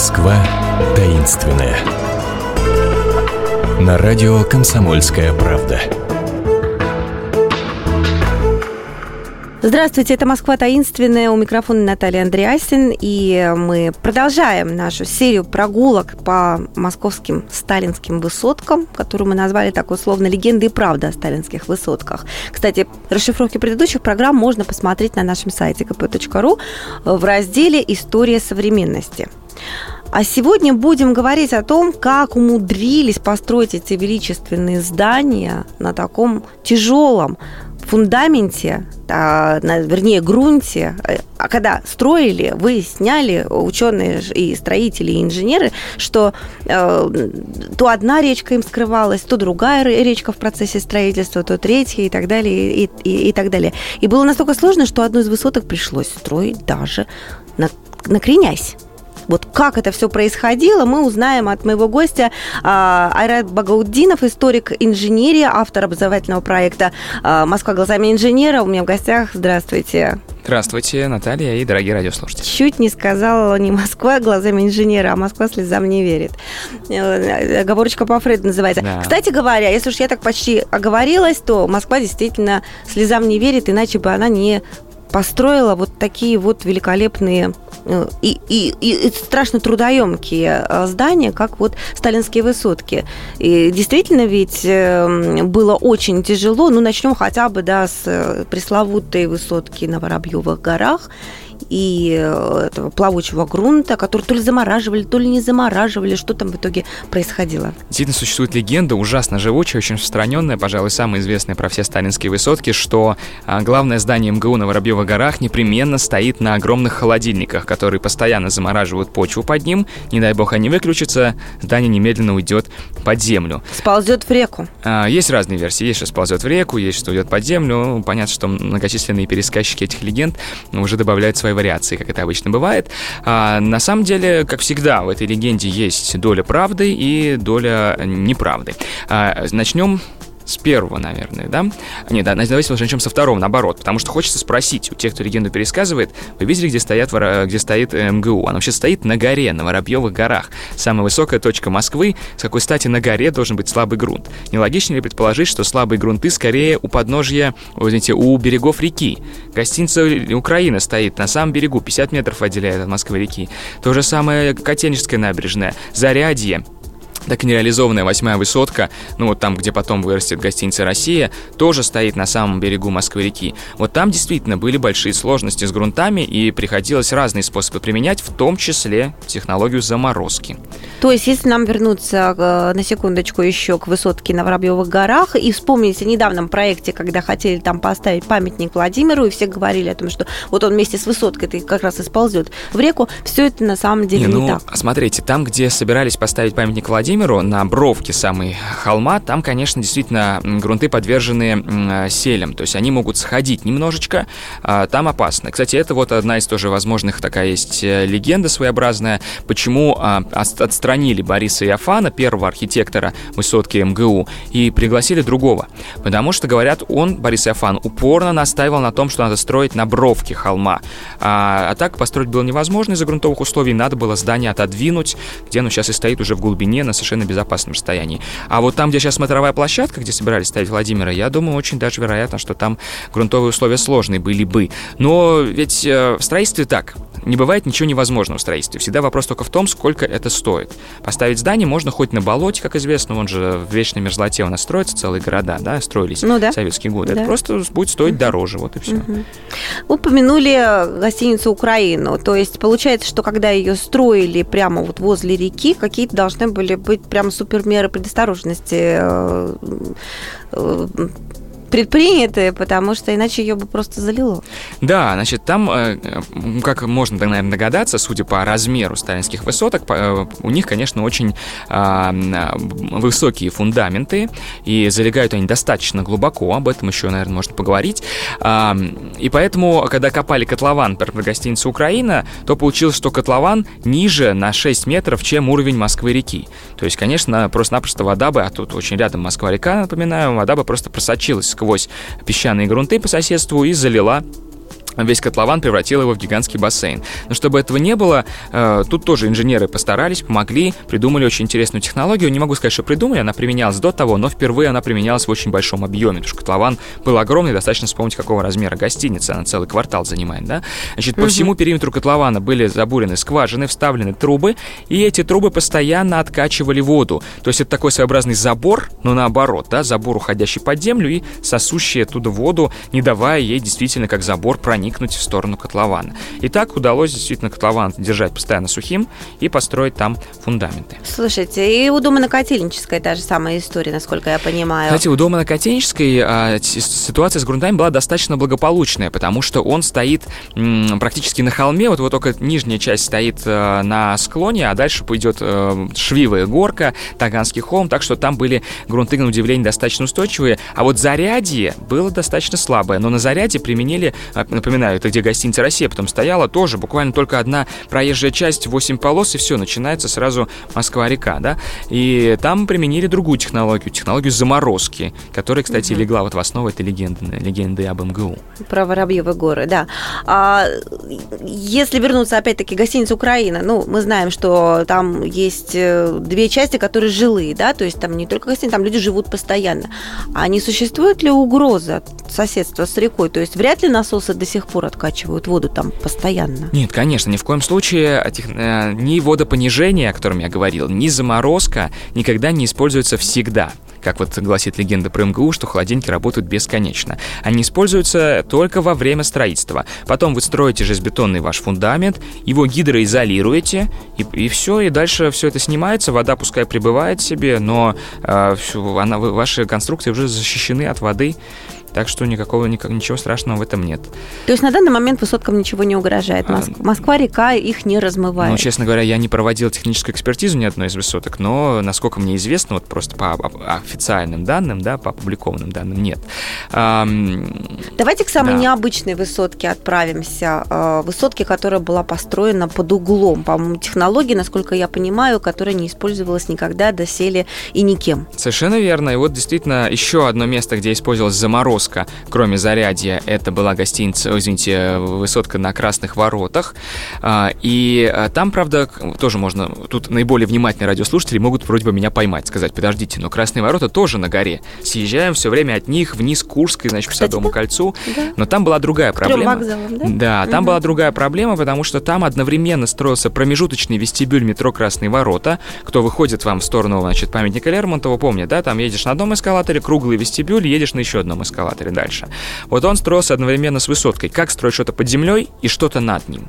Москва таинственная. На радио «Комсомольская правда». Здравствуйте, это «Москва таинственная», у микрофона Наталья Андреасин, и мы продолжаем нашу серию прогулок по московским сталинским высоткам, которую мы назвали так условно «Легенда и правда о сталинских высотках». Кстати, расшифровки предыдущих программ можно посмотреть на нашем сайте kp.ru в разделе «История современности». А сегодня будем говорить о том, как умудрились построить эти величественные здания на таком тяжелом фундаменте, вернее, грунте. А когда строили, выясняли ученые и строители, и инженеры, что то одна речка им скрывалась, то другая речка в процессе строительства, то третья и так далее, и так далее. И было настолько сложно, что одну из высоток пришлось строить даже накренясь. Вот как это все происходило, мы узнаем от моего гостя Айрат Багаутдинов, историк инженерии, автор образовательного проекта «Москва глазами инженера». У меня в гостях. Здравствуйте. Здравствуйте, Наталья и дорогие радиослушатели. Чуть не сказала не «Москва глазами инженера», а «Москва слезам не верит». Оговорочка по Фрейду называется. Да. Кстати говоря, если уж я так почти оговорилась, то Москва действительно слезам не верит, иначе бы она не построила вот такие вот великолепные и страшно трудоемкие здания, как вот сталинские высотки. И действительно ведь было очень тяжело. Ну, начнем хотя бы, с пресловутой высотки на Воробьевых горах и этого плавучего грунта, который то ли замораживали, то ли не замораживали. Что там в итоге происходило? Действительно, существует легенда, ужасно живучая, очень распространенная, пожалуй, самая известная про все сталинские высотки, что главное здание МГУ на Воробьевых горах непременно стоит на огромных холодильниках, которые постоянно замораживают почву под ним. Не дай бог они выключатся, здание немедленно уйдет под землю. Сползет в реку. Есть разные версии. Есть, что сползет в реку, есть, что уйдет под землю. Понятно, что многочисленные пересказчики этих легенд уже добавляют свои вариации, как это обычно бывает. На самом деле, как всегда, в этой легенде есть доля правды и доля неправды. Начнем с первого, наверное, да? Нет, давайте начнем со второго, наоборот, потому что хочется спросить у тех, кто легенду пересказывает, вы видели, где стоит МГУ? Оно вообще стоит на горе, на Воробьевых горах. Самая высокая точка Москвы. С какой стати на горе должен быть слабый грунт? Нелогичнее ли предположить, что слабые грунты скорее у подножья, у берегов реки? Гостиница «Украина» стоит на самом берегу, 50 метров отделяет от Москвы реки. То же самое Котельническая набережная, Зарядье. Так и нереализованная 8-я высотка, там, где потом вырастет гостиница «Россия», тоже стоит на самом берегу Москвы-реки. Вот там действительно были большие сложности с грунтами, и приходилось разные способы применять, в том числе технологию заморозки. То есть, если нам вернуться на секундочку еще к высотке на Воробьевых горах и вспомнить о недавнем проекте, когда хотели там поставить памятник Владимиру, и все говорили о том, что вот он вместе с высоткой как раз и сползет в реку, все это на самом деле не так. Смотрите, там, где собирались поставить памятник Владимиру, на бровке самой холма, там, конечно, действительно грунты подвержены селям, то есть они могут сходить немножечко, там опасно. Кстати, это вот одна из тоже возможных, такая есть легенда своеобразная, почему отстранили Бориса Иофана, первого архитектора высотки МГУ, и пригласили другого. Потому что, говорят, Борис Иофан, упорно настаивал на том, что надо строить на бровке холма. А так построить было невозможно из-за грунтовых условий, надо было здание отодвинуть, где оно сейчас и стоит уже в глубине, на совершенно безопасном расстоянии. А вот там, где сейчас смотровая площадка, где собирались ставить Владимира, я думаю, очень даже вероятно, что там грунтовые условия сложные были бы. Но ведь в строительстве так. Не бывает ничего невозможного в строительстве. Всегда вопрос только в том, сколько это стоит. Поставить здание можно хоть на болоте, как известно, он же в вечной мерзлоте у нас строятся целые города, да, строились в советские годы. Да. Это просто будет стоить дороже, вот и все. Упомянули гостиницу «Украину». То есть получается, что когда ее строили прямо вот возле реки, какие-то должны были быть прям супермеры предосторожности предприняты, потому что иначе ее бы просто залило. Да, значит, там, как можно, наверное, догадаться, судя по размеру сталинских высоток, у них, конечно, очень высокие фундаменты, и залегают они достаточно глубоко, об этом еще, наверное, можно поговорить. И поэтому, когда копали котлован про гостиницу «Украина», то получилось, что котлован ниже на 6 метров, чем уровень Москвы-реки. То есть, конечно, просто-напросто вода бы, а тут очень рядом Москва-река, напоминаю, вода бы просто просочилась сквозь песчаные грунты по соседству и залила весь котлован превратил его в гигантский бассейн. Но чтобы этого не было, тут тоже инженеры постарались, помогли, придумали очень интересную технологию. Не могу сказать, что придумали, она применялась до того, но впервые она применялась в очень большом объеме, потому что котлован был огромный, достаточно вспомнить, какого размера гостиница, она целый квартал занимает, да? Значит, по всему периметру котлована были забурены скважины, вставлены трубы, и эти трубы постоянно откачивали воду. То есть это такой своеобразный забор, но наоборот, да, забор, уходящий под землю и сосущий оттуда воду, не давая ей действительно как забор проникнуть в сторону котлована. И так удалось действительно котлован держать постоянно сухим и построить там фундаменты. Слушайте, и у дома на Котельнической та же самая история, насколько я понимаю. Кстати, у дома на Котельнической ситуация с грунтами была достаточно благополучная, потому что он стоит практически на холме, вот только нижняя часть стоит на склоне, а дальше пойдет Швивая горка, Таганский холм, так что там были грунты, на удивление, достаточно устойчивые, а вот зарядье было достаточно слабое, но на зарядье применили, напоминаю, это где гостиница «Россия» потом стояла, тоже буквально только одна проезжая часть, 8 полос, и все, начинается сразу Москва-река, да, и там применили другую технологию заморозки, которая, кстати, легла вот в основу этой легенды об МГУ. Про Воробьевы горы, да. Если вернуться, опять-таки, гостиница «Украина», мы знаем, что там есть две части, которые жилые, да, то есть там не только гостиница, там люди живут постоянно. А не существует ли угроза соседства с рекой? То есть вряд ли насосы до сих пор откачивают воду там постоянно? Нет, конечно, ни в коем случае ни водопонижение, о котором я говорил, ни заморозка никогда не используются всегда. Как вот гласит легенда про МГУ, что холодильники работают бесконечно. Они используются только во время строительства. Потом вы строите железобетонный ваш фундамент, его гидроизолируете, и все, и дальше все это снимается, вода пускай прибывает себе, но ваши конструкции уже защищены от воды. Так что ничего страшного в этом нет. То есть на данный момент высоткам ничего не угрожает? Москва-река их не размывает? Честно говоря, я не проводил техническую экспертизу ни одной из высоток, но, насколько мне известно, вот просто по официальным данным, да, по опубликованным данным, нет. Давайте к самой необычной высотке отправимся. Высотке, которая была построена под углом. По-моему, технология, насколько я понимаю, которая не использовалась никогда доселе и никем. Совершенно верно. И вот действительно еще одно место, где использовалась заморозка, кроме зарядья, это была высотка на Красных воротах. И там, правда, тоже можно... Тут наиболее внимательные радиослушатели могут вроде бы меня поймать, сказать, подождите, но Красные ворота тоже на горе. Съезжаем все время от них вниз к Курской, значит, к Садовому кольцу. Да. Но там была другая проблема. Вокзалом, да? Да, там была другая проблема, потому что там одновременно строился промежуточный вестибюль метро Красные ворота. Кто выходит вам в сторону, значит, памятника Лермонтова, помнит, да, там едешь на одном эскалаторе, круглый вестибюль, едешь на еще одном эскалаторе дальше. Вот он строился одновременно с высоткой. Как строить что-то под землей и что-то над ним.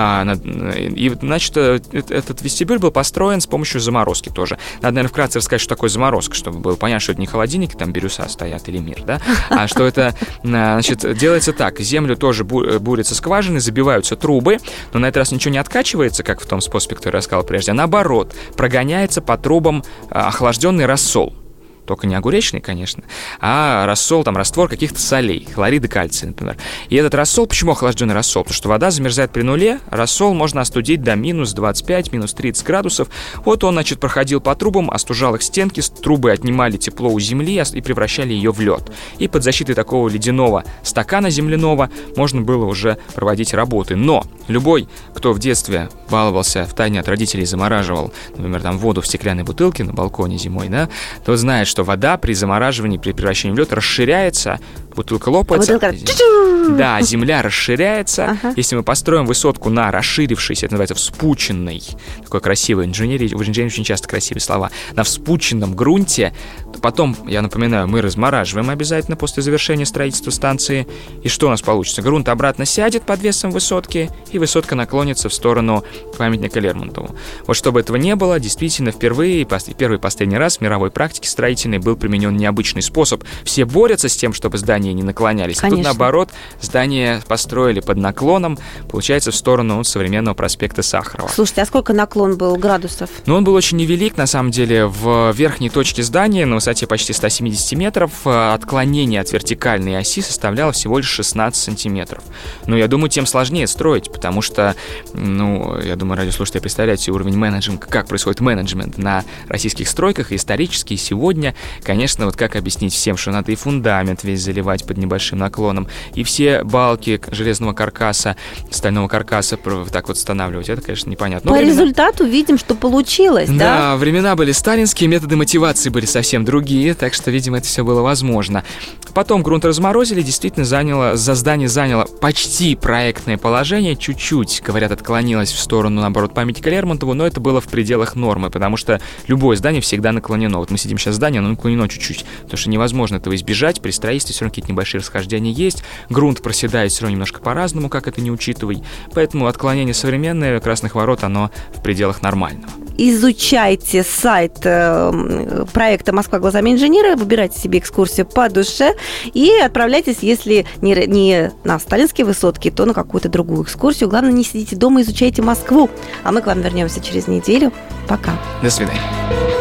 И, значит, этот вестибюль был построен с помощью заморозки тоже. Надо, наверное, вкратце рассказать, что такое заморозка, чтобы было понятно, что это не холодильники, там бирюса стоят или мир, да, а что это, значит, делается так. Землю тоже бурятся скважины, забиваются трубы, но на этот раз ничего не откачивается, как в том способе, который я рассказал прежде, а наоборот, прогоняется по трубам охлажденный рассол. Только не огуречный, конечно, а рассол, там, раствор каких-то солей, хлорида кальция, например. И этот рассол, почему охлажденный рассол? Потому что вода замерзает при нуле, рассол можно остудить до минус 25, минус 30 градусов. Вот он, значит, проходил по трубам, остужал их стенки, трубы отнимали тепло у земли и превращали ее в лед. И под защитой такого ледяного стакана земляного можно было уже проводить работы. Но любой, кто в детстве баловался, втайне от родителей замораживал, например, там воду в стеклянной бутылке на балконе зимой, да, то знает, что вода при замораживании, при превращении в лед расширяется, бутылка лопается. Да, земля расширяется. Если мы построим высотку на расширившейся, это называется вспученной, такое красивое, в инженерии очень часто красивые слова, на вспученном грунте, то потом, я напоминаю, мы размораживаем обязательно после завершения строительства станции. И что у нас получится? Грунт обратно сядет под весом высотки, и высотка наклонится в сторону памятника Лермонтову. Вот чтобы этого не было, действительно, первый и последний раз в мировой практике строительной был применен необычный способ. Все борются с тем, чтобы здания не наклонялись. Конечно. А тут, наоборот, здание построили под наклоном, получается, в сторону современного проспекта Сахарова. Слушайте, а сколько наклон был градусов? Он был очень невелик, на самом деле. В верхней точке здания, на высоте почти 170 метров, отклонение от вертикальной оси составляло всего лишь 16 сантиметров. Но я думаю, тем сложнее строить, потому что, я думаю, радиослушатели представляют себе уровень менеджмента, как происходит менеджмент на российских стройках, и исторически, и сегодня. Конечно, вот как объяснить всем, что надо и фундамент весь заливать под небольшим наклоном, и все балки железного каркаса, стального каркаса так вот устанавливать, это, конечно, непонятно. По результату видим, что получилось, да? Да, времена были сталинские, методы мотивации были совсем другие, так что, видимо, это все было возможно. Потом грунт разморозили, действительно здание заняло почти проектное положение, чуть-чуть, говорят, отклонилось в сторону, наоборот, памятника Лермонтову, но это было в пределах нормы, потому что любое здание всегда наклонено. Вот мы сидим сейчас в здании, оно наклонено чуть-чуть, потому что невозможно этого избежать, при строительстве все равно какие-то небольшие расхождения есть, грунт проседает все равно немножко по-разному, как это не учитывай, поэтому отклонение современное Красных Ворот, оно в пределах нормального. Изучайте сайт проекта «Москва глазами инженера», выбирайте себе экскурсию по душе и отправляйтесь, если не на сталинские высотки, то на какую-то другую экскурсию. Главное, не сидите дома, изучайте Москву. А мы к вам вернемся через неделю. Пока. До свидания.